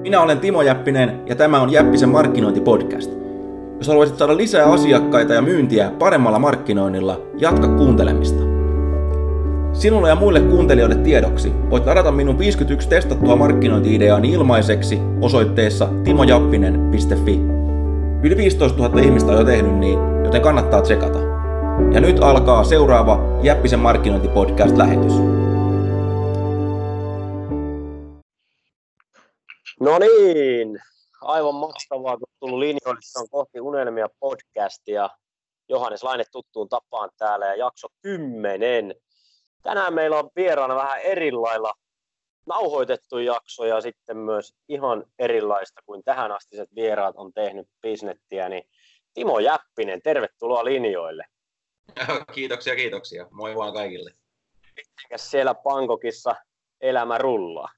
Minä olen Timo Jäppinen ja tämä on Jäppisen markkinointipodcast. Jos haluaisit saada lisää asiakkaita ja myyntiä paremmalla markkinoinnilla, jatka kuuntelemista. Sinulle ja muille kuuntelijoille tiedoksi voit ladata minun 51 testattua markkinointi-ideaani ilmaiseksi osoitteessa timojappinen.fi. Yli 15 000 ihmistä on jo tehnyt niin, joten kannattaa tsekata. Ja nyt alkaa seuraava Jäppisen markkinointipodcast-lähetys. No niin, aivan mahtavaa, kun tullut linjoille, on kohti Unelmia podcastia. Johannes Laine tuttuun tapaan täällä ja jakso 10. Tänään meillä on vieraana vähän erilailla nauhoitettu jakso ja sitten myös ihan erilaista kuin tähänastiset vieraat on tehnyt bisnettiä. Niin Timo Jäppinen, tervetuloa linjoille. Kiitoksia. Moi vaan kaikille. Mitenkäs siellä Bangkokissa elämä rullaa?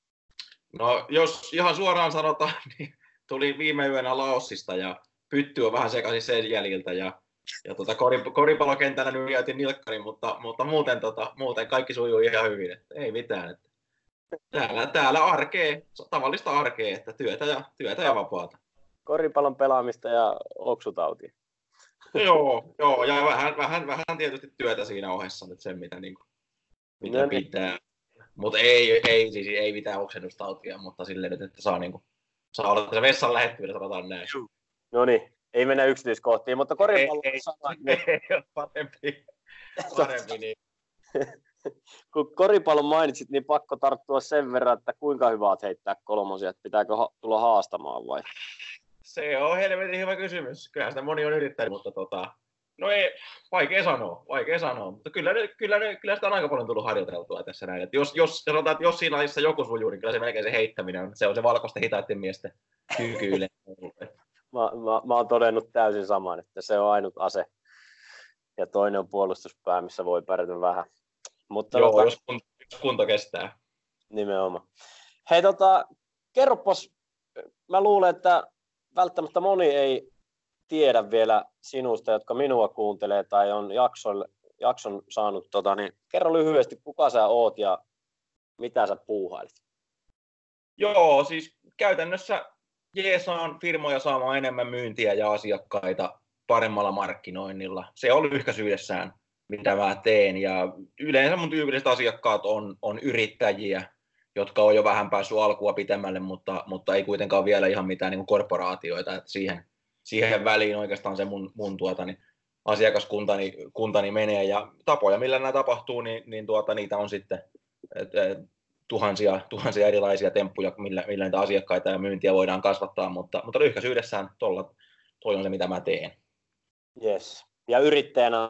No jos ihan suoraan sanotaan, niin tuli viime yönä Laosista ja pytty on vähän sekaisin sen jäljiltä ja koripallokentällä nyt jätin nilkkani, mutta muuten kaikki sujuu ihan hyvin, että ei mitään. Että täällä arkea, tavallista arkea, että työtä ja vapaata. Koripallon pelaamista ja oksutautia. Joo, ja vähän tietysti työtä siinä ohessa nyt sen, mitä pitää. Mutta ei mitään oksennustautia, mutta silleen nyt, että saa olla tässä vessan lähettyvillä, sanotaan näin. No niin, ei mennä yksityiskohtiin, mutta koripallo ei parempi niin. Kun koripallon mainitsit, niin pakko tarttua sen verran, että kuinka hyvä olet heittää kolmosia, että pitääkö tulla haastamaan vai? Se on helvetin hyvä kysymys. Kyllähän sitä moni on yrittänyt, mutta no ei, vaikea sanoa, mutta kyllä sitä on aika paljon tullut harjoiteltua tässä näin. Että jos sanotaan, että jos siinä lajissa joku sujuu, niin kyllä se melkein se heittäminen on. Se on se valkoisten hitaiden miesten kyky yleensä. Mä oon todennut täysin saman, että se on ainut ase. Ja toinen on puolustuspää, missä voi pärjätä vähän. Mutta joo, jos kunto kestää. Nimenomaan. Hei, kerropas, mä luulen, että välttämättä moni ei tiedä vielä sinusta, jotka minua kuuntelee tai on jakson saanut, niin kerro lyhyesti, kuka sä oot ja mitä sä puuhailit? Joo, siis käytännössä jeesaan firmoja saamaan enemmän myyntiä ja asiakkaita paremmalla markkinoinnilla. Se on lyhkäisyydessään, mitä mä teen. Ja yleensä mun tyypilliset asiakkaat on yrittäjiä, jotka on jo vähän päässyt alkua pitemmälle, mutta ei kuitenkaan vielä ihan mitään niin korporaatioita. Että siihen väliin oikeastaan se mun asiakaskuntani menee. Ja tapoja, millä nämä tapahtuu, niin niitä on sitten tuhansia erilaisia temppuja, millä niitä asiakkaita ja myyntiä voidaan kasvattaa, mutta lyhkäisyydessään toi on se, mitä mä teen. Yes. Ja yrittäjänä?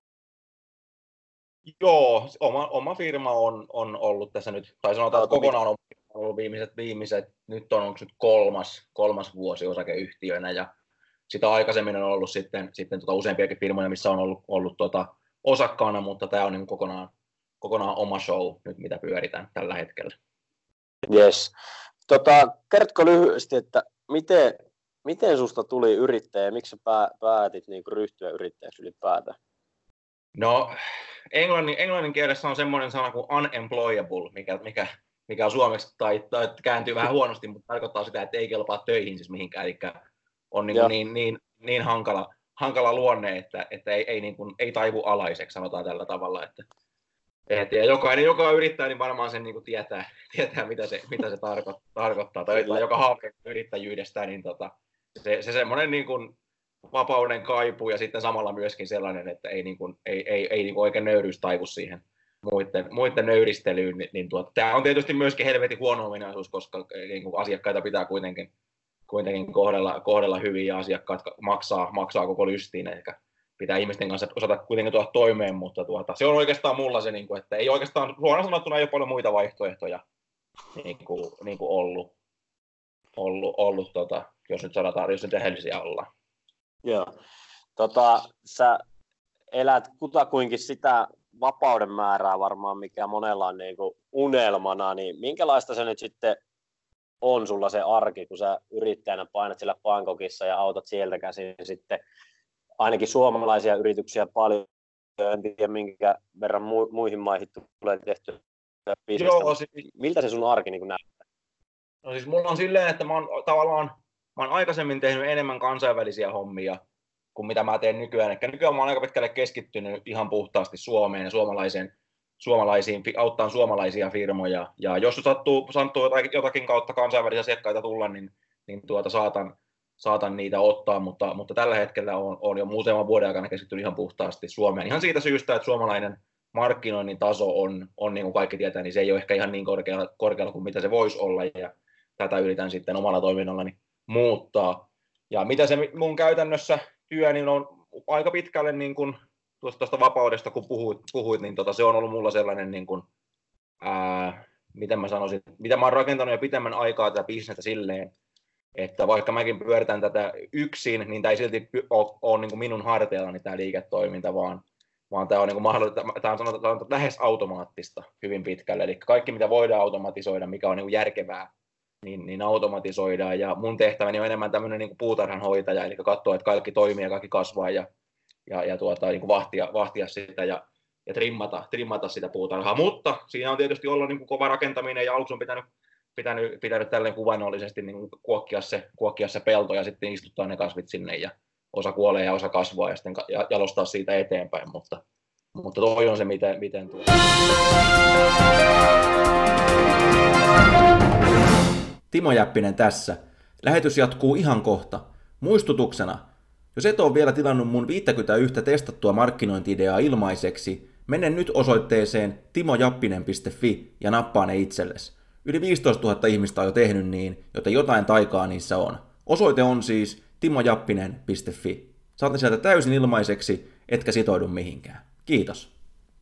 Joo, oma firma on ollut tässä nyt, tai sanotaan, että kokonaan on ollut viimeiset nyt on nyt kolmas vuosi osakeyhtiönä, ja sitä aikaisemmin on ollut sitten useampiakin firmoja, missä on ollut osakkaana, mutta tämä on niin kokonaan oma show nyt, mitä pyöritään tällä hetkellä. Yes. Kerrotko lyhyesti, että miten susta tuli yrittäjä ja miksi sä päätit ryhtyä yrittäjäksi ylipäätään? No, englannin kielessä on semmoinen sana kuin unemployable, mikä on suomeksi tai kääntyy vähän huonosti, mutta tarkoittaa sitä, että ei kelpaa töihin siis mihinkään, eli on niin hankala luonne, että ei taivu alaiseksi, sanotaan tällä tavalla, että ja jokainen, joka yrittää, niin varmaan sen tietää mitä se tarkoittaa, tai joka haaveilee yrittäjyydestä, niin se semmoinen vapauden kaipu ja sitten samalla myöskin sellainen, että ei oikein nöyryys taivu siihen muiden nöyristelyyn, niin tämä on tietysti myöskin helvetin huono ominaisuus, koska asiakkaita pitää kuitenkin kohdella hyvin ja asiakkaat maksaa koko lystiin, ehkä pitää ihmisten kanssa osata kuitenkin tuoda toimeen, mutta se on oikeastaan mulla se, että ei oikeastaan suoraan sanottuna ei ole paljon muita vaihtoehtoja ollut jos nyt sanotaan, jos nyt rehellisiä ollaan. Joo. Sä elät kutakuinkin sitä vapauden määrää varmaan, mikä monella on unelmana, niin minkälaista se nyt sitten on sulla se arki, kun sä yrittäjänä painat siellä Bangkokissa ja autat sieltä käsin sitten ainakin suomalaisia yrityksiä paljon, en tiedä minkä verran muihin maihin tulee tehtyä bisnestä. Miltä se sun arki näyttää? No siis mulla on silleen, että mä oon aikaisemmin tehnyt enemmän kansainvälisiä hommia kuin mitä mä teen nykyään. Eli nykyään mä oon aika pitkälle keskittynyt ihan puhtaasti Suomeen ja auttaa suomalaisia firmoja. Ja jos sattuu jotakin kautta kansainvälisiä asiakkaita tulla, niin saatan niitä ottaa, mutta tällä hetkellä on jo muutaman vuoden aikana keskittynyt ihan puhtaasti Suomeen. Ihan siitä syystä, että suomalainen markkinoinnin taso on niin kuin kaikki tietää, niin se ei ole ehkä ihan niin korkealla kuin mitä se voisi olla, ja tätä yritän sitten omalla toiminnallani muuttaa. Ja mitä se mun käytännössä työ, niin on aika pitkälle niin kuin tuosta vapaudesta, kun puhuit niin se on ollut mulla sellainen, niin kuin, miten mä sanoisin, mitä mä oon rakentanut jo pitemmän aikaa tätä bisnestä silleen, että vaikka mäkin pyöritän tätä yksin, niin tämä ei silti ole niin kuin minun harteillani tämä liiketoiminta, vaan tämä on, niin kuin tämä on sanotaan lähes automaattista hyvin pitkälle. Eli kaikki, mitä voidaan automatisoida, mikä on niin kuin järkevää, niin automatisoidaan. Ja mun tehtäväni on enemmän tämmöinen niin kuin puutarhanhoitaja, eli katsoa, että kaikki toimii ja kaikki kasvaa ja niin kuin vahtia sitä ja trimmata sitä puutarhaa. Mutta siinä on tietysti ollut niin kuin kova rakentaminen ja aluksi on pitänyt tälleen kuvainnollisesti niin kuokkia se pelto ja sitten istuttaa ne kasvit sinne ja osa kuolee ja osa kasvaa ja sitten jalostaa siitä eteenpäin, mutta toi on se, miten tuo. Timo Jäppinen tässä. Lähetys jatkuu ihan kohta. Muistutuksena, jos et ole vielä tilannut mun 51 testattua markkinointi-ideaa ilmaiseksi, mene nyt osoitteeseen timojappinen.fi ja nappaa ne itsellesi. Yli 15 000 ihmistä on jo tehnyt niin, joten jotain taikaa niissä on. Osoite on siis timojappinen.fi. Saat ne sieltä täysin ilmaiseksi, etkä sitoudu mihinkään. Kiitos.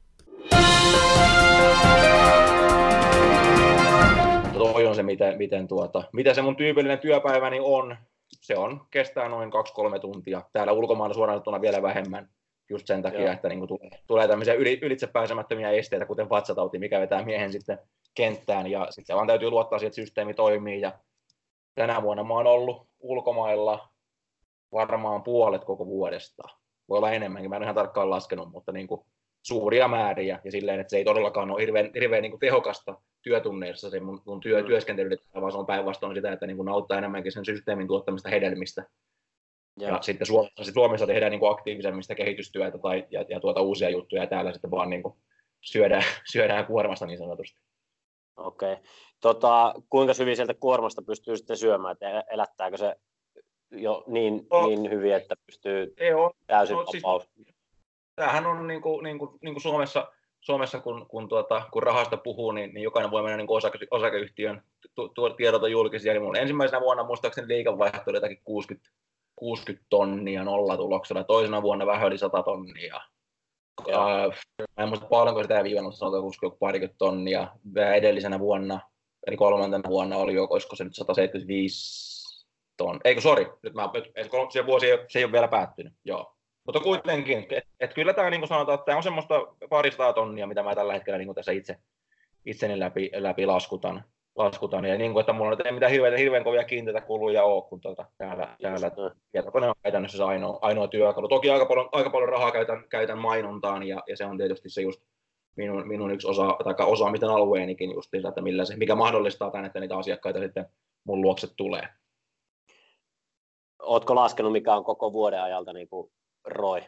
Toi on se, mitä se mun tyypillinen työpäiväni on. Se kestää noin 2-3 tuntia. Täällä ulkomailla suoraan vielä vähemmän. Just sen takia, että niin tulee tämmöisiä ylitsepääsemättömiä esteitä, kuten vatsatauti, mikä vetää miehen sitten kenttään. Ja sitten vaan täytyy luottaa siihen, että systeemi toimii. Ja tänä vuonna mä oon ollut ulkomailla varmaan puolet koko vuodesta. Voi olla enemmänkin, mä en ihan tarkkaan laskenut, mutta niin kuin suuria määriä. Ja silleen, että se ei todellakaan ole hirveän niin kuin tehokasta työtunneissa se mun työskentely, vaan se on päinvastoin sitä, että niin kuin auttaa enemmänkin sen systeemin tuottamista hedelmistä. Ja sitten Suomessa tehdään niin kuin aktiivisemmista kehitystyötä ja uusia juttuja, ja täällä sitten vaan niin kuin syödään kuormasta niin sanotusti. Okei. Kuinka hyvin sieltä kuormasta pystyy sitten syömään, että elättääkö se jo niin hyvin, että pystyy täysin vapaus? Tämähän on niin kuin Suomessa kun rahasta puhuu, niin jokainen voi mennä niin kuin osakeyhtiön tiedota julkisia. Niin mun ensimmäisenä vuonna muistaakseni liikevaihto oli jotakin 60 tonnia nollatuloksella, toisena vuonna vähän yli 100 tonnia. Mä en muista paljonko sitä viivannut, sanotaan 60 tonnia. Edellisenä vuonna, eli kolmantena vuonna oli olisiko se nyt 175 tonnia. Eikö, sori, se vuosi se ei ole vielä päättynyt, joo. Mutta kuitenkin, että kyllä tämä niin kuin sanotaan, että tämä on semmoista 200 tonnia, mitä mä tällä hetkellä niin kuin tässä itseni läpi laskutan. Ja niin kuin, että mulla ei mitään hirveän kovia kiinteitä kuluja ole, kun täällä tietokone on käytännössä se ainoa työkalu. Toki aika paljon rahaa käytän mainontaan, ja se on tietysti se just minun yksi osa miten alueenikin just, että mikä mahdollistaa tämän, että niitä asiakkaita sitten mun luokse tulee. Ootko laskenut, mikä on koko vuoden ajalta niin kuin ROI?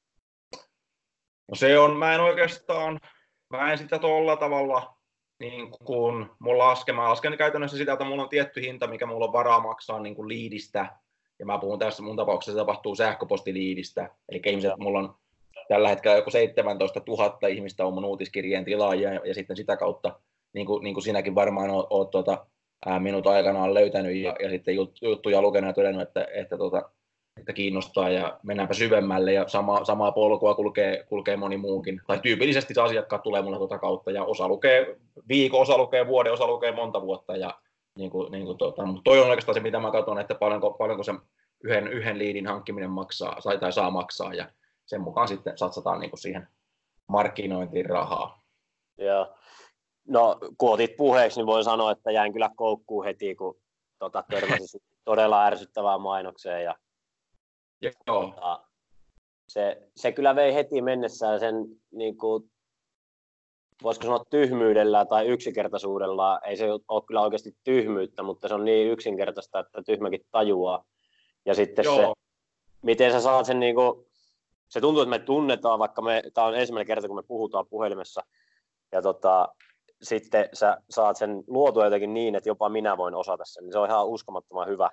No se on, mä en sitä tuolla tavalla niin kuin mä lasken käytännössä sitä, että mulla on tietty hinta, mikä mulla on varaa maksaa niin kuin liidistä, ja mä puhun tässä mun tapauksessa, se tapahtuu sähköpostiliidistä, eli ihmiset, mulla on tällä hetkellä joku 17 000 ihmistä on mun uutiskirjeen tilaajia, ja sitten sitä kautta, niin kuin sinäkin varmaan oot minut aikanaan löytänyt, ja sitten juttuja lukenut ja todennut, että kiinnostaa ja mennäänpä syvemmälle ja samaa polkua kulkee moni muukin. Tai tyypillisesti asiakkaat tulee mulle tuota kautta ja osa lukee viikon, osa lukee vuoden, osa lukee monta vuotta. Ja mutta toi on oikeastaan se, mitä mä katson, että paljonko se yhden liidin hankkiminen maksaa tai saa maksaa ja sen mukaan sitten satsataan niin kuin siihen markkinointiin rahaa. Joo. No kun otit puheeksi, niin voin sanoa, että jäin kyllä koukkuun heti, kun törmäsin todella ärsyttävään mainokseen ja joo. Se kyllä vei heti mennessään sen niin kuin voisiko sanoa tyhmyydellä tai yksinkertaisuudella, ei se ole kyllä oikeasti tyhmyyttä, mutta se on niin yksinkertaista, että tyhmäkin tajuaa. Ja sitten se, miten sä saat sen niinku, se tuntuu, että me tunnetaan, vaikka tää on ensimmäinen kerta, kun me puhutaan puhelimessa, ja sitten sä saat sen luotua jotenkin niin, että jopa minä voin osata sen, niin se on ihan uskomattoman hyvä.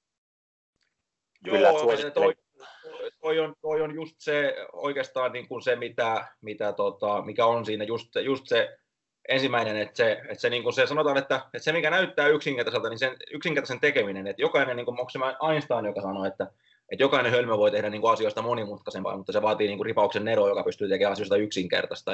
Joo, toi on just se oikeastaan niin kuin se, mikä on siinä just se ensimmäinen, että se, niin kuin se sanotaan, että se mikä näyttää yksinkertaiselta, niin sen yksinkertaisen tekeminen, että jokainen, niin kuin onko se Einstein, joka sanoi, että jokainen hölmö voi tehdä niin kuin asioista monimutkaisempaa, mutta se vaatii niin kuin ripauksen neroa, joka pystyy tekemään asioista yksinkertaista.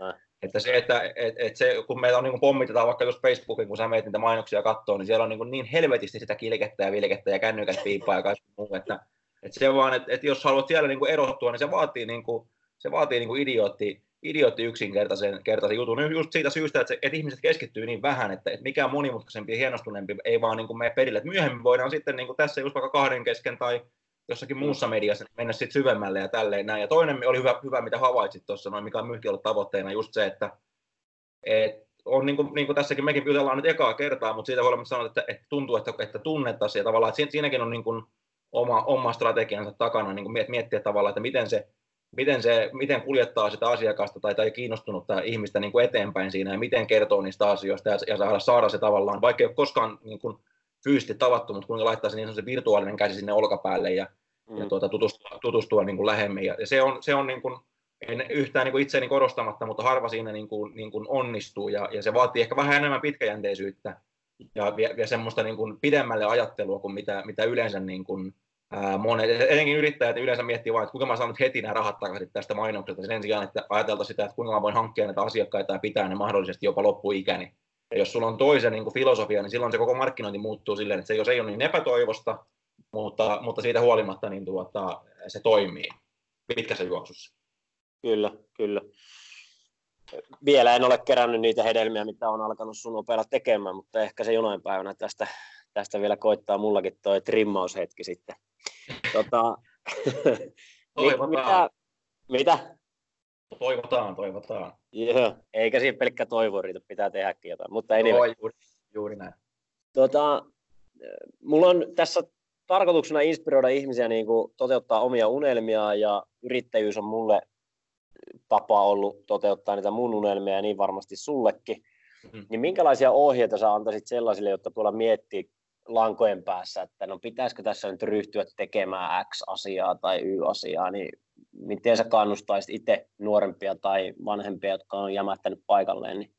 Että kun meillä on niin kuin pommitetaan vaikka just Facebookin, kun sä meet niitä mainoksia katsoa, niin siellä on niin helvetisti sitä kilkettä ja vilkettä ja kännykät piippaa ja kaikki muu, että se vaan, että jos haluat siellä niin kuin erottua, niin se vaatii niin kuin idiootti yksinkertaisen jutun. Just siitä syystä, että ihmiset keskittyy niin vähän, että mikään monimutkaisempi ja hienostuneempi ei vaan niin kuin mene perille. Et myöhemmin voidaan sitten niin kuin tässä just vaikka kahden kesken tai jossakin muussa mediassa mennä sitten syvemmälle ja tälleen näin. Ja toinen oli hyvä mitä havaitsit tuossa, mikä on myöskin ollut tavoitteena, just se, että on niin kuin tässäkin mekin jutellaan nyt ekaa kertaa, mutta siitä huolimatta sanoa, että tuntuu, että tunnettaisiin ja tavallaan, että siinäkin on niin kuin oma strategiansa takana niin kuin miettiä tavallaan, että miten kuljettaa sitä asiakasta tai kiinnostunutta ihmistä niin kuin eteenpäin siinä ja miten kertoo niistä asioista ja saada se tavallaan, vaikka ei ole koskaan niin kuin fyysisesti tavattu, mutta kuinka laittaa se niin se virtuaalinen käsi sinne olkapäälle ja tutustua niin kuin lähemmin. Ja se on niin kuin, en yhtään niin kuin itseäni korostamatta, mutta harva siinä niin kuin onnistuu ja se vaatii ehkä vähän enemmän pitkäjänteisyyttä ja semmoista niin kuin pidemmälle ajattelua kuin mitä yleensä niin kuin, monet, etenkin yrittäjät yleensä miettii vain, että kuinka mä saan nyt heti nämä rahat takaisin tästä mainoksesta sen sijaan, että ajateltaisiin sitä, että kuinka mä voin hankkia näitä asiakkaita ja pitää ne mahdollisesti jopa loppuikäni. Ja jos sulla on toisen niin kuin filosofia, niin silloin se koko markkinointi muuttuu silleen, että se ei ole niin epätoivosta, mutta siitä huolimatta niin se toimii pitkässä juoksussa. Kyllä. Vielä en ole kerännyt niitä hedelmiä, mitä on alkanut sun opella tekemään, mutta ehkä se jonain päivänä tästä vielä koittaa mullakin toi trimmaushetki sitten. Toivotaan. Mitä? Toivotaan. Joo, eikä siinä pelkkä toivo riitä, pitää tehdäkin jotain, mutta anyway. Juuri näin. Mulla on tässä tarkoituksena inspiroida ihmisiä niin kuin toteuttaa omia unelmia ja yrittäjyys on mulle tapa ollut toteuttaa niitä mun unelmia ja niin varmasti sullekin. Niin minkälaisia ohjeita sä antaisit sellaisille, jotka tuolla miettii lankojen päässä, että no pitäisikö tässä nyt ryhtyä tekemään X-asiaa tai Y-asiaa, niin miten sä kannustaisit itse nuorempia tai vanhempia, jotka on jämähtänyt paikalleen, niin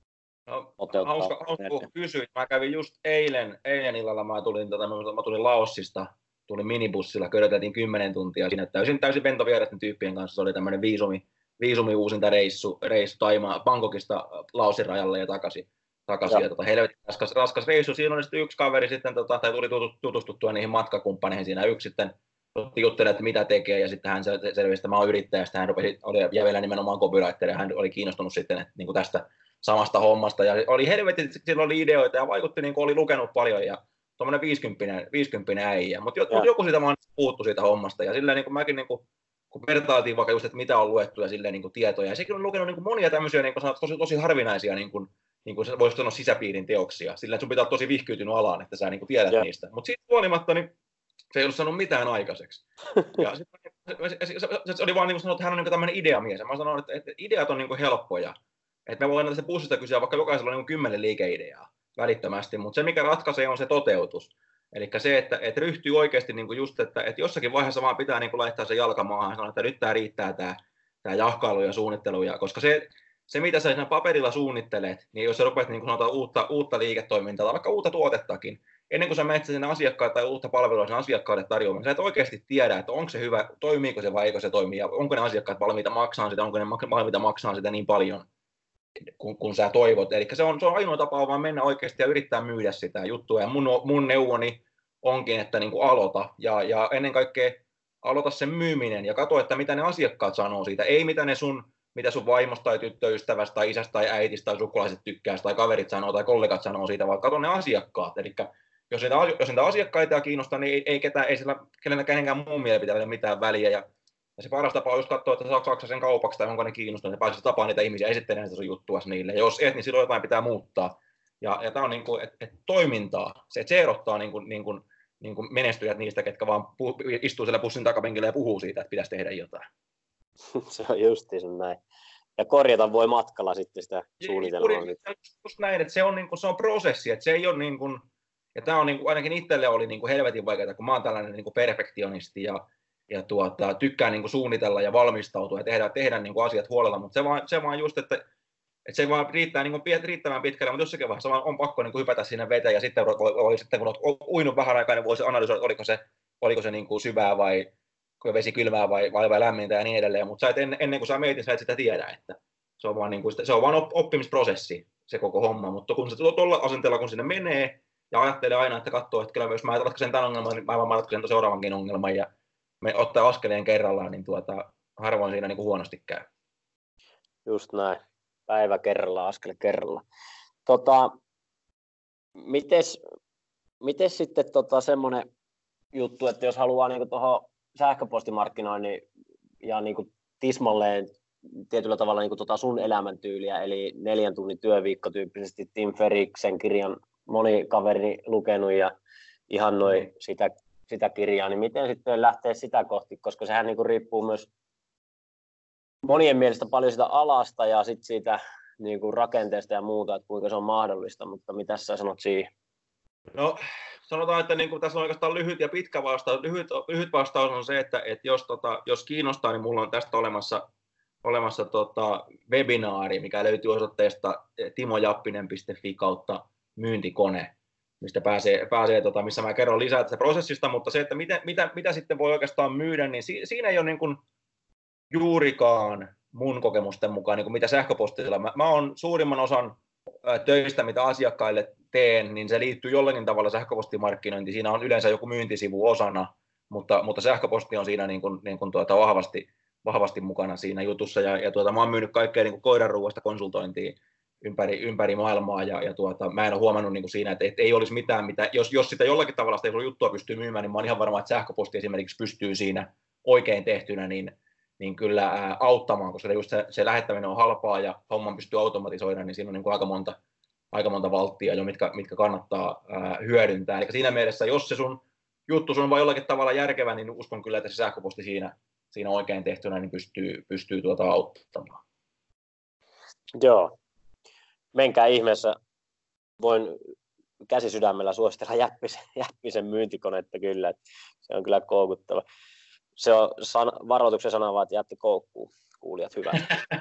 hauska kun kysyit. Mä kävin just eilen illalla, mä tulin Laossista, tulin minibussilla, köröteltiin 10 tuntia siinä täysin ventovieraiden tyyppien kanssa. Se oli tämmöinen viisumi uusinta reissu Taimaa Bangkokista Laosin rajalle ja takaisin. Ja helvetin raskas reissu. Siinä oli sitten yksi kaveri sitten, tai tuli tutustuttua niihin matkakumppaneihin siinä. Yksi sitten jutteli, että mitä tekee, ja sitten hän selvisi, että mä oon yrittäjä, sitten hän oli vielä nimenomaan copywriter, ja hän oli kiinnostunut sitten että, niin kuin tästä samasta hommasta, ja oli helvetin, sillä oli ideoita, ja vaikutti niin kuin oli lukenut paljon, ja tuommoinen 50 äijä, mutta joku siitä vaan puuttui siitä hommasta, ja silleen niin kuin mäkin, niin kuin, kun vertailtiin vaikka just, että mitä on luettu, ja silleen niin kuin tietoja, ja sekin on lukenut niin kuin monia tämmöisiä niin kuin tosi harvinaisia, niin kuin voisi sanoa sisäpiirin teoksia, sillä sun pitää olla tosi vihkyytynyt alaan, että sä niin kuin tiedät niistä, mutta siitä huolimatta, niin se ei ollut sanonut mitään aikaiseksi. Ja se oli vaan niin kuin sanonut, että hän on niin tämmöinen ideamies. Ja mä sanoin, että ideat on niin helppoja. Että me voidaan tästä bussista kysyä, vaikka jokaisella on niin 10 liikeideaa välittömästi, mutta se mikä ratkaisee on se toteutus. Eli se, että ryhtyy oikeasti niin kuin just, että jossakin vaiheessa vaan pitää niin kuin laittaa se jalka maahan ja sanoa, että nyt tämä riittää tämä jahkailu ja suunnittelu. Ja koska se, mitä sä siinä paperilla suunnittelet, niin jos sä rupeat niin kuin sanotaan uutta liiketoimintaa tai vaikka uutta tuotettakin, ennen kuin sä menet sinne asiakkaille tai uutta palvelua sen asiakkaille tarjoamaan, sä et oikeasti tiedä, että onko se hyvä, toimiiko se vai eikö se toimi, ja onko ne asiakkaat valmiita maksaa sitä, onko ne valmiita maksaa sitä niin paljon, kun sä toivot. Eli se on ainoa tapa vaan mennä oikeasti ja yrittää myydä sitä juttua, ja mun neuvoni onkin, että niin kuin aloita, ja ennen kaikkea aloita sen myyminen, ja katso, että mitä ne asiakkaat sanoo siitä, ei mitä sun vaimosta tai tyttöystävästä tai isästä tai äitistä tai sukulaiset tykkää tai kaverit sanoo tai kollegat sanoo siitä, vaan katso ne asiakkaat. Eli jos niitä asiakkaita kiinnostaa, niin ei sillä kenenkään muun mielipiteellä ole mitään väliä. Ja Ja se paras tapa on just katsoa, että saako sen kaupaksi tai onko ne kiinnostuneet, että pääsisi tapaamaan niitä ihmisiä ja esittelemään sitä sun juttua niille. Ja jos et, niin silloin jotain pitää muuttaa. Ja tämä on niin kuin, että toimintaa. Se erottaa niin kuin menestyjät niistä, ketkä vaan istuu siellä bussin takapenkillä ja puhuu siitä, että pitäisi tehdä jotain. Se on justiin näin. Ja korjata voi matkalla sitten sitä suunnitelmaa. Just näin, että se on prosessi, että se ei ole niin kuin, ja tämä on niin kuin, ainakin itselle oli niin kuin helvetin vaikeaa, kun mä oon tällainen niin kuin perfektionisti ja tykkään niin kuin suunnitella ja valmistautua ja tehdä niin kuin asiat huolella, mutta se vaan just, että se vaan riittää niin kuin riittävän pitkälle, mutta jossakin vaiheessa on pakko niin kuin hypätä sinne veteen ja sitten kun on uinut vähän aikaa, niin voisi analysoida, oliko se niin kuin syvää vai vesi kylmää vai lämmintä ja niin edelleen, mutta ennen kuin sä mietit, sä et sitä tiedä, että se on vaan, niin kuin, se on vaan oppimisprosessi se koko homma, mutta kun se tuolla asenteella kun sinne menee ja ajattelee aina, että katsoo, että kyllä jos mä ratkaisen tämän ongelman, niin mä ratkaisen seuraavankin ongelman ja me ottaa askeleen kerrallaan, niin harvoin siinä niin kuin huonosti käy. Just näin. Päivä kerrallaan, askel kerrallaan. Mites sitten semmoinen juttu, että jos haluaa niin tuohon sähköpostimarkkinoinnin ja niin kuin tismalleen tietyllä tavalla niin sun elämäntyyliä, eli 4 tunnin työviikko tyyppisesti Tim Ferriksen kirjan moni kaveri lukenut ja ihannoi sitä kirjaa, niin miten sitten lähtee sitä kohti, koska sehän niin kuin riippuu myös monien mielestä paljon sitä alasta ja sitten siitä niin kuin rakenteesta ja muuta, että kuinka se on mahdollista, mutta mitä sä sanot siihen? No sanotaan, että niin kuin tässä on oikeastaan lyhyt ja pitkä vastaus. Lyhyt vastaus on se, että jos kiinnostaa, niin mulla on tästä olemassa webinaari, mikä löytyy osoitteesta timojappinen.fi kautta myyntikone, mistä pääsee missä mä kerron lisää tästä prosessista, mutta se, että mitä sitten voi oikeastaan myydä, niin siinä ei ole niin kuin juurikaan mun kokemusten mukaan, niin kuin mitä sähköpostilla. Mä oon suurimman osan töistä, mitä asiakkaille teen, niin se liittyy jollakin tavalla sähköpostimarkkinointiin. Siinä on yleensä joku myyntisivu osana, mutta sähköposti on siinä niin kuin vahvasti mukana siinä jutussa. Ja mä oon myynyt kaikkea niin kuin koiranruuasta konsultointiin ympäri maailmaa. Ja mä en ole huomannut niin kuin siinä, että ei olisi mitään, jos sitä jollakin tavalla sitä juttua pystyy myymään, niin mä oon ihan varma, että sähköposti esimerkiksi pystyy siinä oikein tehtynä, niin kyllä auttamaan, koska just se lähettäminen on halpaa ja homman pystyy automatisoida, niin siinä on niin kuin aika monta valttia jo, mitkä kannattaa hyödyntää. Eli siinä mielessä, jos se sun juttu on vain jollakin tavalla järkevä, niin uskon kyllä, että se sähköposti siinä oikein tehtynä niin pystyy auttamaan. Joo. Menkää ihmeessä. Voin käsisydämellä suositella Jäppisen myyntikonetta kyllä. Että se on kyllä koukuttava. Se on varoituksen sana vaan, että jätti koukkuun, kuulijat hyvät.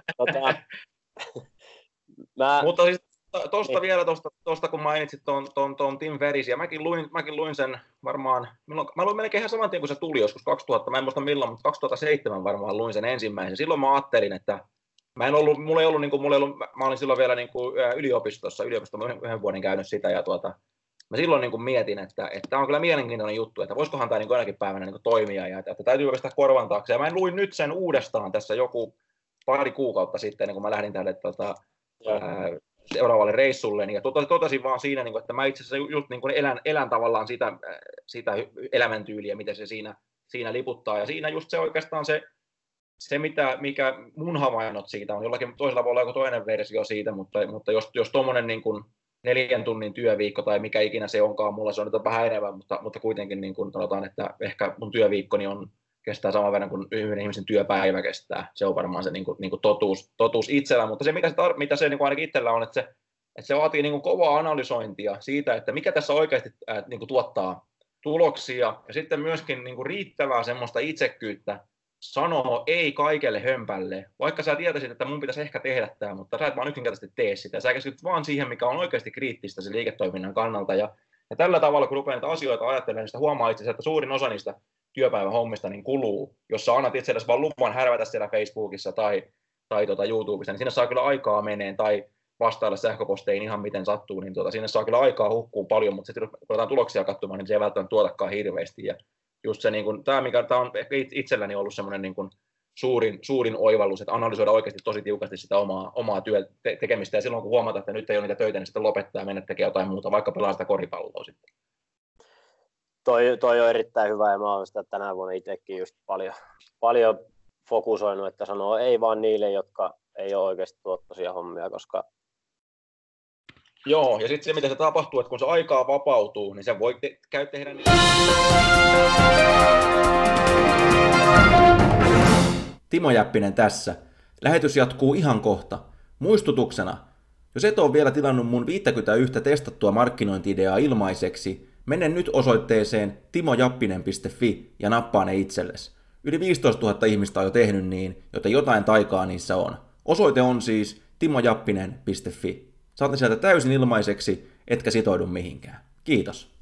Mutta siis vielä tuosta kun mainitsit tuon Tim Ferrisin, ja mäkin luin sen varmaan, mä luin melkein ihan saman tien, kun se tuli joskus 2000, mä en muista milloin, mutta 2007 varmaan luin sen ensimmäisen. Silloin mä ajattelin, että mä olin silloin vielä niin kuin yliopistossa yhden vuoden käynyt sitä, ja mä silloin niin kuin mietin, että tämä on kyllä mielenkiintoinen juttu, että voisikohan tämä niin jonakin päivänä niin toimia, ja että täytyy pistää korvan taakse. Ja mä luin nyt sen uudestaan tässä joku pari kuukautta sitten, ennen kuin mä lähdin tälle seuraavalle reissulle, ja totesin vaan siinä, niin kuin, että mä itse asiassa just niin kuin elän tavallaan sitä elämäntyyliä, miten se siinä liputtaa, ja siinä just se oikeastaan se mikä mun havainnot siitä on, jollakin toisella voi olla joku toinen versio siitä, mutta jos tuommoinen niin kuin 4 tunnin työviikko tai mikä ikinä se onkaan, mulla se on nyt vähän enemmän, mutta kuitenkin niin kuin sanotaan, että ehkä mun työviikkoni kestää saman verran kuin yhden ihmisen työpäivä kestää. Se on varmaan se niin kuin totuus itsellä, mutta se mitä se niin kuin ainakin itsellä on, että se vaatii niin kuin kovaa analysointia siitä, että mikä tässä oikeasti niin kuin tuottaa tuloksia ja sitten myöskin niin kuin riittävää semmoista itsekkyyttä sanoo ei kaikelle hömpälle, vaikka sä tietäisit, että mun pitäisi ehkä tehdä tämä, mutta sä et vaan yksinkertaisesti tee sitä. Sä keskityt vaan siihen, mikä on oikeasti kriittistä sen liiketoiminnan kannalta. Ja tällä tavalla, kun rupeaa niitä asioita ajattelemaan, niin sitä huomaa itse asiassa, että suurin osa niistä työpäivän hommista niin kuluu. Jos sä annat itsellesi vaan luvan härvätä siellä Facebookissa tai YouTubessa, niin sinne saa kyllä aikaa meneen tai vastailla sähköposteihin ihan miten sattuu, niin sinne saa kyllä aikaa hukkuun paljon, mutta sitten kun ruvetaan tuloksia katsomaan, niin se ei välttämättä tuotakaan hirveästi. Ja just se, niin kuin, tämä on ehkä itselläni ollut semmoinen niin kuin suurin oivallus, että analysoida oikeasti tosi tiukasti sitä omaa tekemistä, ja silloin kun huomataan, että nyt ei ole niitä töitä, niin sitten lopettaa ja mennä tekemään jotain muuta, vaikka pelaa sitä koripalloa sitten. Toi on erittäin hyvä, ja mä oon sitä tänä vuonna itsekin just paljon fokusoinut, että sanoo ei vaan niille, jotka ei ole oikeasti tuottoisia hommia, koska... Joo, ja sitten se, mitä se tapahtuu, että kun se aikaa vapautuu, niin se voi tehdä niin. Timo Jäppinen tässä. Lähetys jatkuu ihan kohta. Muistutuksena, jos et ole vielä tilannut mun 51 testattua markkinointi-ideaa ilmaiseksi, mene nyt osoitteeseen timojappinen.fi ja nappaa ne itsellesi. Yli 15 000 ihmistä on jo tehnyt niin, joten jotain taikaa niissä on. Osoite on siis timojappinen.fi. Saat ne sieltä täysin ilmaiseksi, etkä sitoudu mihinkään. Kiitos.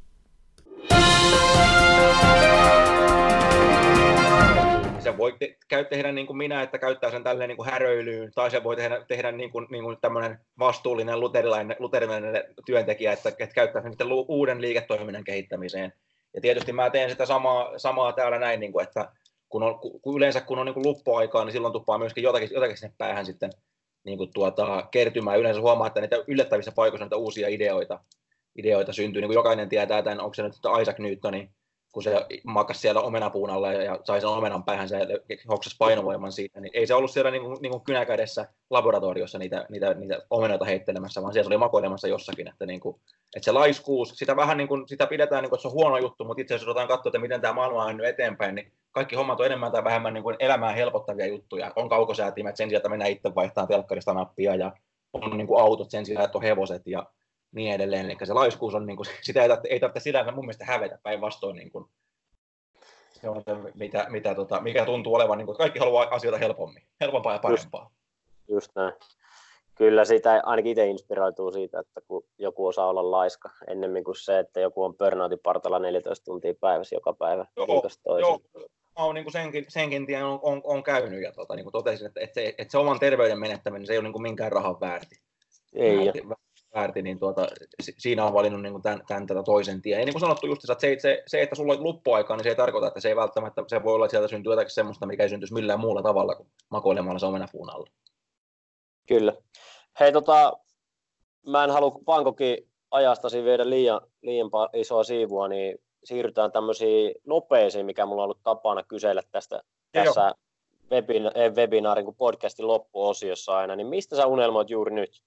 Se voi tehdä niin kuin minä, että käyttää sen tälleen niin kuin häröilyyn, tai se voi tehdä niin kuin tämmöinen vastuullinen luterilainen työntekijä, että käyttää sen sitten uuden liiketoiminnan kehittämiseen. Ja tietysti mä teen sitä samaa täällä näin, niin kuin, että yleensä kun on niin kuin luppuaikaa, niin silloin tuppaa myöskin jotakin sinne päähän sitten niin kuin kertymään. Yleensä huomaa, että niitä yllättävissä paikoissa niitä uusia ideoita syntyy. Niin kuin jokainen tietää tämän, onko se nyt Isaac Newton, kun se makasi siellä omenapuun alla ja sai sen omenan päähän, se hoksasi painovoiman siitä, niin ei se ollut siellä niin kuin kynäkädessä laboratoriossa niitä omenoita heittelemässä, vaan siellä se oli makoilemassa jossakin, että se laiskuus, sitä vähän niin kuin, sitä pidetään niin kuin, että se on huono juttu, mutta itse asiassa otetaan katsoa, että miten tämä maailma on mennyt eteenpäin, niin kaikki hommat on enemmän tai vähemmän niin kuin elämää helpottavia juttuja. On kaukosäätimet sen sijaan, että mennään itse vaihtamaan telkkarista nappia, ja on niin kuin autot sen sijaan, että on hevoset ja niin edelleen. Eli se laiskuus on, niin kuin, sitä ei tarvitse sinänsä mun mielestä hävetä, päinvastoin. Niin kuin, se on se, mikä tuntuu olevan, niin kuin, että kaikki haluaa asioita helpompaa ja parempaa. Just näin. Kyllä sitä ainakin itse inspiroituu siitä, että kun joku osaa olla laiska, ennemmin kuin se, että joku on burnoutin partalla 14 tuntia päivässä joka päivä. Joo. Mä oon niin senkin tien on käynyt ja niin kuin totesin, että se oman terveyden menettäminen se ei ole niin kuin minkään rahan väärti. Ei väärti, niin siinä on valinnut niin tämän toisen tien. Ja niin kuin sanottu just, että se, että sulla on luppuaikaa, niin se ei tarkoita, että se ei välttämättä, se voi olla, että sieltä syntyy jotakin semmoista, mikä ei syntyisi millään muulla tavalla kuin makoilemalla se omenapuun alla. Kyllä. Hei, mä en halua Bangkokin ajastasi viedä liian isoa siivua, niin siirrytään tämmöisiin nopeisiin, mikä mulla on ollut tapana kysellä tässä webinaarin kuin podcastin loppuosiossa aina, niin mistä sä unelmoit juuri nyt?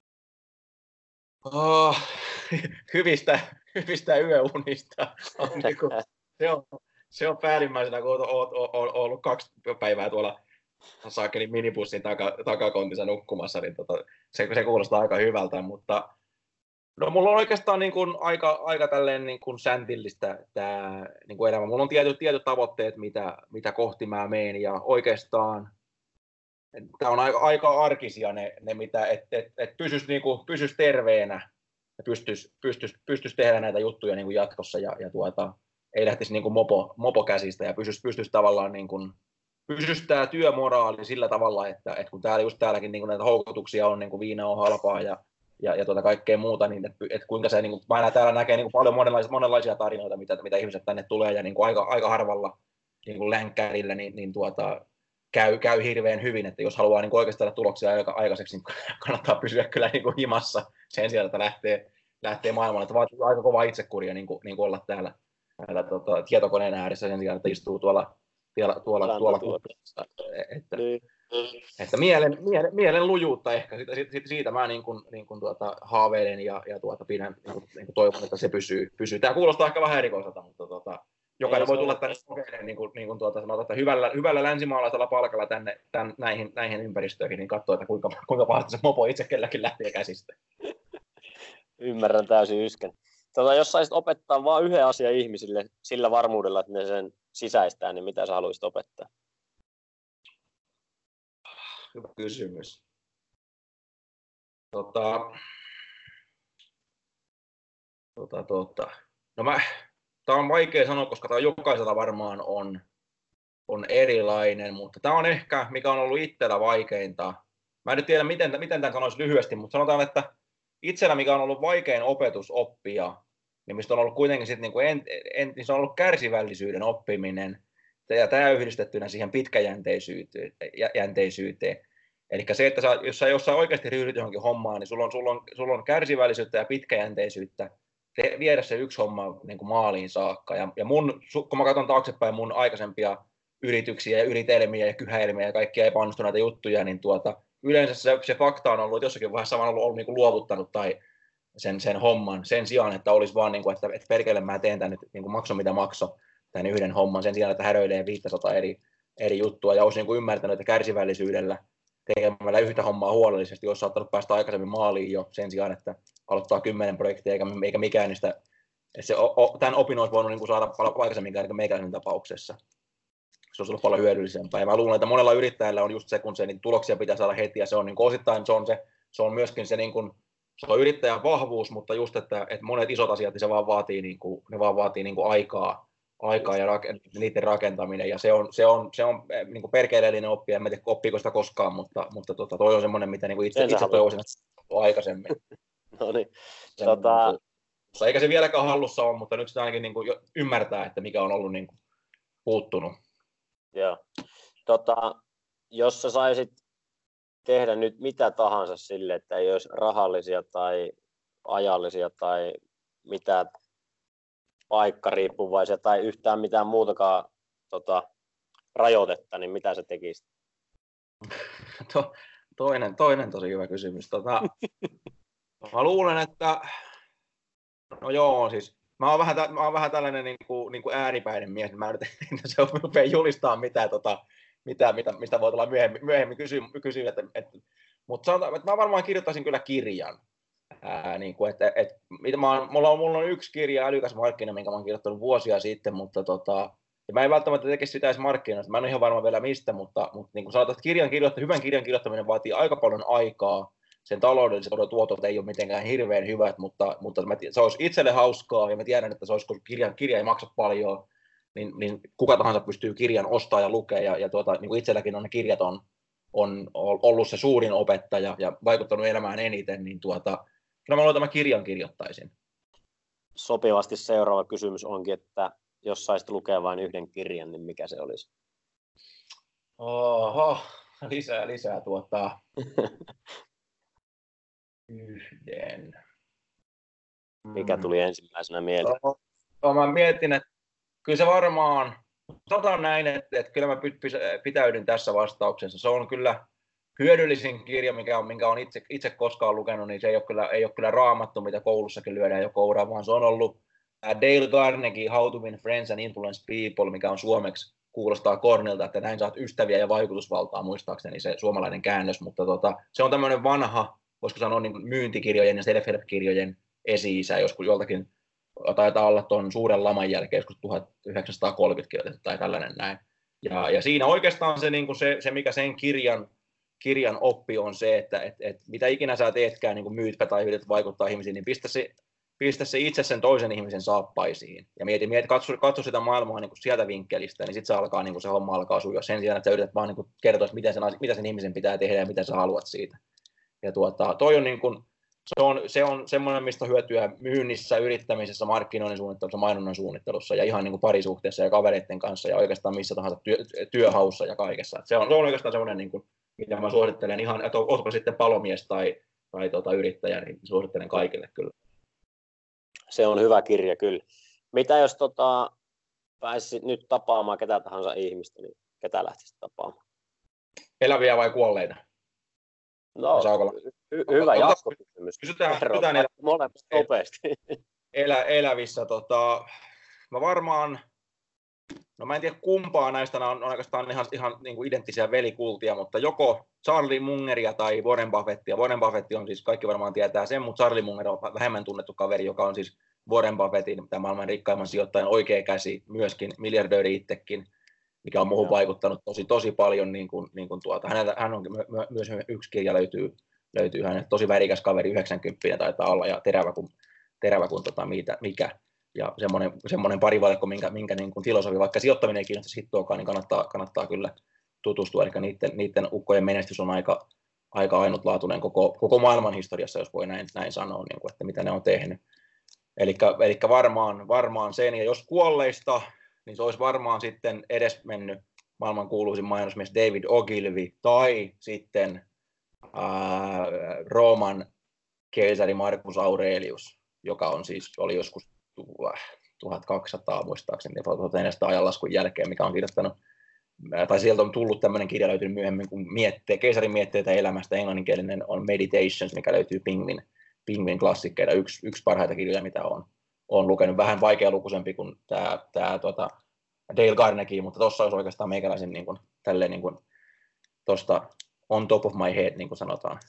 Hyvistä yöunista. Se on päällimmäisenä, kun on ollut 2 päivää tuolla saakelin minibussin takakontissa nukkumassa, niin se kuulostaa aika hyvältä, mutta no, mulla on oikeastaan niin kuin aika tälleen niin kuin säntillistä tämä niin kuin elämä. Mulla on tietyt tavoitteet, mitä kohti mä menen, ja oikeastaan tämä on aika arkisia ne mitä, että pysyisi terveenä ja pystyisi tehdä näitä juttuja niin kuin jatkossa ja ei lähtisi niin kuin mopo käsistä ja pystyisi tavallaan niin kuin, pysyisi tämä työmoraali sillä tavalla, että kun täälläkin niin kuin näitä houkutuksia on, niin kuin viina on halpaa ja kaikkea muuta, niin että kuinka se, niin kuin, mä täällä näkee niin kuin paljon monenlaisia tarinoita, mitä ihmiset tänne tulee, ja niin kuin aika harvalla niin kuin länkkärillä niin käy hirveän hyvin, että jos haluaa niin kuin oikeasti saada tuloksia aikaiseksi, niin kannattaa pysyä kyllä niin kuin himassa sen sijaan, että lähtee maailmalle, että vaatii aika kovaa itsekuria niin kuin olla täällä tietokoneen ääressä sen sijaan, että istuu tuolla että mielen lujuutta ehkä, siitä mä haaveilen ja pidän, niin kuin toivon, että se pysyy. Tämä kuulostaa ehkä vähän erikoiselta, mutta jokainen voi tulla tänne kokeilemaan, sanotaan, että hyvällä länsimaalaisella palkalla tänne näihin ympäristöihin, niin katsoo, että kuinka pahasti se mopo itse kelläkin lähtee käsistä. Ymmärrän täysin yskän. Jos saisit opettaa vain yhden asian ihmisille sillä varmuudella, että ne sen sisäistää, niin mitä sä haluaisit opettaa? Hyvä kysymys. No tämä on vaikea sanoa, koska tämä jokaisella varmaan on erilainen, mutta tämä on ehkä, mikä on ollut itsellä vaikeinta. Mä en tiedä, miten tämän sanoisi lyhyesti, mutta sanotaan, että itsellä, mikä on ollut vaikein opetus oppia, niin mistä on ollut kuitenkin sitten niin se on ollut kärsivällisyyden oppiminen, ja tämä yhdistettynä siihen pitkäjänteisyyteen. Eli se, että jos sä oikeasti ryhdyt johonkin hommaan, niin sulla on kärsivällisyyttä ja pitkäjänteisyyttä viedä se yksi homma niin kuin maaliin saakka. Ja kun mä katson taaksepäin mun aikaisempia yrityksiä ja yritelmiä ja kyhäilmiä ja kaikkia epäonnistuneita juttuja, niin yleensä se fakta on ollut, että jossakin vaiheessa on ollut niin kuin luovuttanut tai sen homman sen sijaan, että olisi vaan, niin kuin, että perkele mä teen tämän nyt niin kuin makso mitä makso, tämän yhden homman sen sijaan, että häröilee 500 eri juttua ja olisi niin kuin ymmärtänyt, että kärsivällisyydellä tekemällä yhtä hommaa huolellisesti olisi saattanut päästä aikaisemmin maaliin jo sen sijaan, että aloittaa 10 projektia eikä mikään niistä, että tämän opin olisi voinut niin kuin saada aikaisemmin eikä meikäläisen tapauksessa. Se olisi ollut paljon hyödyllisempää. Ja mä luulen, että monella yrittäjällä on just se, kun se niin tuloksia pitää saada heti ja se on niin kuin osittain se on myöskin se niin kuin, se on yrittäjän vahvuus, mutta just, että monet isot asiat, niin se vaan vaatii, ne vaan vaatii niin kuin aikaa ja niiden rakentaminen. Ja se on niin kuin perkeleellinen oppia, en tiedä oppiiko sitä koskaan, mutta toi on semmoinen, mitä niin kuin itse toivoisin aikaisemmin. No niin. Eikä se vieläkään hallussa ole, mutta nyt sitä ainakin niin kuin ymmärtää, että mikä on ollut niin kuin puuttunut. Joo. Jos sä saisit tehdä nyt mitä tahansa sille, että ei olisi rahallisia tai ajallisia tai mitään paikkariippuvaisia tai yhtään mitään muutakaan rajoitetta, niin mitä sä tekisit? Toinen tosi hyvä kysymys. Mä luulen, että no joo, siis mä oon vähän tällainen niin kuin ääripäinen mies, mä en se rupea julistaa mistä voi tulla myöhemmin kysyä, mutta sanotaan, että mä varmaan kirjoittaisin kyllä kirjan. Niin kuin, mulla on yksi kirja, Älykäs markkina, minkä mä oon kirjoittanut vuosia sitten, mutta mä en välttämättä tekisi sitä edes markkinoista. Mä en ole ihan varma vielä mistä, mutta niin kuin sanotaan, että hyvän kirjan kirjoittaminen vaatii aika paljon aikaa. Sen taloudelliset tuotot ei ole mitenkään hirveän hyvät, mutta se olisi itselle hauskaa ja mä tiedän, että se olisi, kun kirja ei maksa paljon, niin kuka tahansa pystyy kirjan ostamaan ja lukea ja niin kuin itselläkin on ne kirjat on ollut se suurin opettaja ja vaikuttanut elämään eniten, niin kyllä mä tämän kirjan kirjoittaisin. Sopivasti seuraava kysymys onkin, että jos saisit lukea vain yhden kirjan, niin mikä se olisi? Oho, lisää yhden. Mikä tuli ensimmäisenä mieleen? Mä mietin, että kyllä se varmaan, sanotaan näin, että kyllä mä pitäydyn tässä vastauksessa. Se on kyllä hyödyllisin kirja, minkä on itse koskaan lukenut, niin se ei ole kyllä Raamattu, mitä koulussakin lyödään jo kouraan, vaan se on ollut Dale Carnegie, How to Win Friends and Influence People, mikä on suomeksi kuulostaa kornilta, että näin saat ystäviä ja vaikutusvaltaa, muistaakseni se suomalainen käännös, mutta se on tämmöinen vanha, voisiko sanoa niin myyntikirjojen ja self-help-kirjojen esi-isä, joskus joltakin taitaa olla tuon suuren laman jälkeen, joskus 1930 kirjoitettu tai tällainen näin. Ja siinä oikeastaan se mikä sen kirjan oppi on se, että mitä ikinä sä teetkään, niin kuin myytpä tai yrität vaikuttaa ihmisiin, niin pistä se itse sen toisen ihmisen saappaisiin. Ja katso sitä maailmaa niin kuin sieltä vinkkelistä, niin sitten se homma alkaa sujua sen sijaan, että sä yrität vaan niin kuin kertoa, mitä sen ihmisen pitää tehdä ja mitä sä haluat siitä. Ja toi on niin kuin, se on semmoinen, mistä hyötyä myynnissä, yrittämisessä, markkinoinnin suunnittelussa, mainonnan suunnittelussa ja ihan niin kuin parisuhteessa ja kavereiden kanssa ja oikeastaan missä tahansa työhaussa ja kaikessa. Se on oikeastaan semmoinen, niin kuin, mitä mä suosittelen ihan, että oletko sitten palomies tai yrittäjä, niin suosittelen kaikille kyllä. Se on hyvä kirja kyllä. Mitä jos pääsisit nyt tapaamaan ketä tahansa ihmistä, niin ketä lähtisit tapaamaan? Eläviä vai kuolleita? No, hyvä jatkokysymys. Kysytään molemmat nopeasti. Elävissä. Mä varmaan, no mä en tiedä kumpaa näistä, on oikeastaan ihan niin kuin identtisiä velikultia, mutta joko Charlie Mungeria tai Warren Buffettia. Warren Buffett on siis, kaikki varmaan tietää sen, mutta Charlie Munger on vähemmän tunnettu kaveri, joka on siis Warren Buffettin, tämä maailman rikkaimman sijoittajan oikea käsi, myöskin miljardööri itsekin, mikä on muuhun vaikuttanut tosi paljon. Hän on myös yksi kirja löytyy hänet, tosi värikäs kaveri, 90 taitaa olla ja terävä kuin mikä. Ja semmoinen parivalkko, minkä niin kuin filosofi, vaikka sijoittaminen ei kiinnosta hittoakaan, niin kannattaa kyllä tutustua. Eli niiden ukkojen menestys on aika ainutlaatuinen koko maailman historiassa, jos voi näin sanoa, niin kuin, että mitä ne on tehnyt. Eli varmaan sen, ja jos kuolleista, niin se olisi varmaan sitten edesmennyt maailman kuuluisin mainosmies David Ogilvy, tai sitten Rooman keisari Marcus Aurelius, joka oli joskus 1200 muistaakseni, 1400 ajanlaskun jälkeen, mikä on kirjoittanut tai sieltä on tullut tämmöinen kirja löytynyt myöhemmin kuin Keisarin mietteitä elämästä, englanninkielinen on Meditations, mikä löytyy Penguin klassikkeita, yksi parhaita kirjoja, mitä on lukenut, vähän vaikealukuisempi kuin tämä Dale Carnegie, mutta tuossa olisi oikeastaan meikäläisen niin kuin, tälleen niin kuin, tuosta on top of my head, niin kuin sanotaan.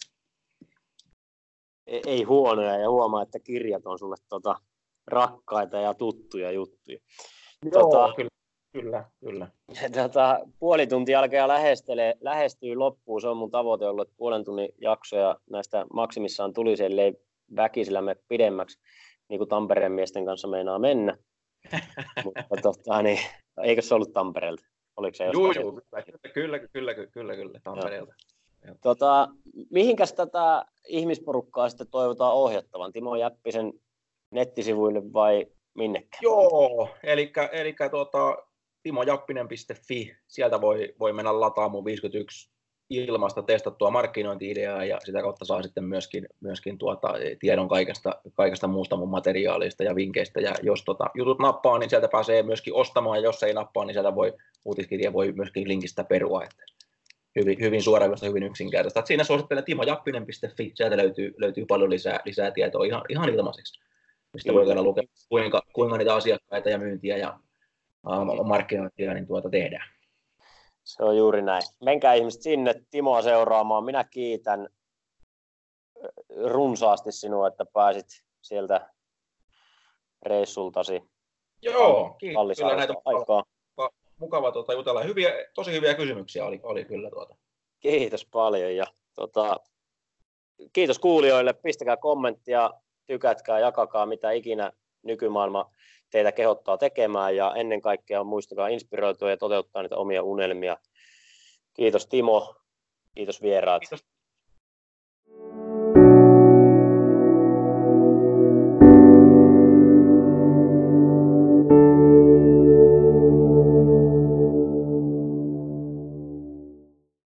Ei huonoja, ja huomaa, että kirjat on sulle rakkaita ja tuttuja juttuja. Joo, kyllä. Puoli tuntia alkaa lähestyy loppuun. Se on mun tavoite ollut, että puolen tunnin jaksoja näistä maksimissaan tulisi, ellei väkisellä me pidemmäksi, niin kuin Tampereen miesten kanssa meinaa mennä. Mutta niin, eikö se ollut Tampereelta? Oliko se jostain? Joo, kyllä, Tampereelta. Mihinkäs tätä ihmisporukkaa sitten toivotaan ohjattavan? Timo Jäppisen nettisivuille vai minnekään? Joo, eli timojappinen.fi, sieltä voi mennä lataamaan mun 51 ilmaista testattua markkinointi-ideaa ja sitä kautta saa sitten myöskin tiedon kaikesta muusta mun materiaalista ja vinkkeistä, ja jos jutut nappaa, niin sieltä pääsee myöskin ostamaan, ja jos ei nappaa, niin sieltä uutiskirja voi myöskin linkistä perua, että hyvin suoraviivaista, hyvin yksinkertaista. Siinä suosittelen timojappinen.fi, sieltä löytyy paljon lisää tietoa ihan ilmaiseksi, mistä voi käydä lukea, kuinka niitä asiakkaita ja myyntiä ja markkinointia niin tehdään. Se on juuri näin. Menkää ihmiset sinne Timoa seuraamaan. Minä kiitän runsaasti sinua, että pääsit sieltä reissultasi. Joo, kiitos. Kyllä näitä aikaa. Mukava jutella. Tosi hyviä kysymyksiä oli kyllä . Kiitos paljon ja kiitos kuulijoille. Pistäkää kommenttia, tykätkää, jakakaa mitä ikinä nykymaailma teitä kehottaa tekemään, ja ennen kaikkea muistakaa inspiroitua ja toteuttaa niitä omia unelmia. Kiitos Timo, kiitos vieraat. Kiitos.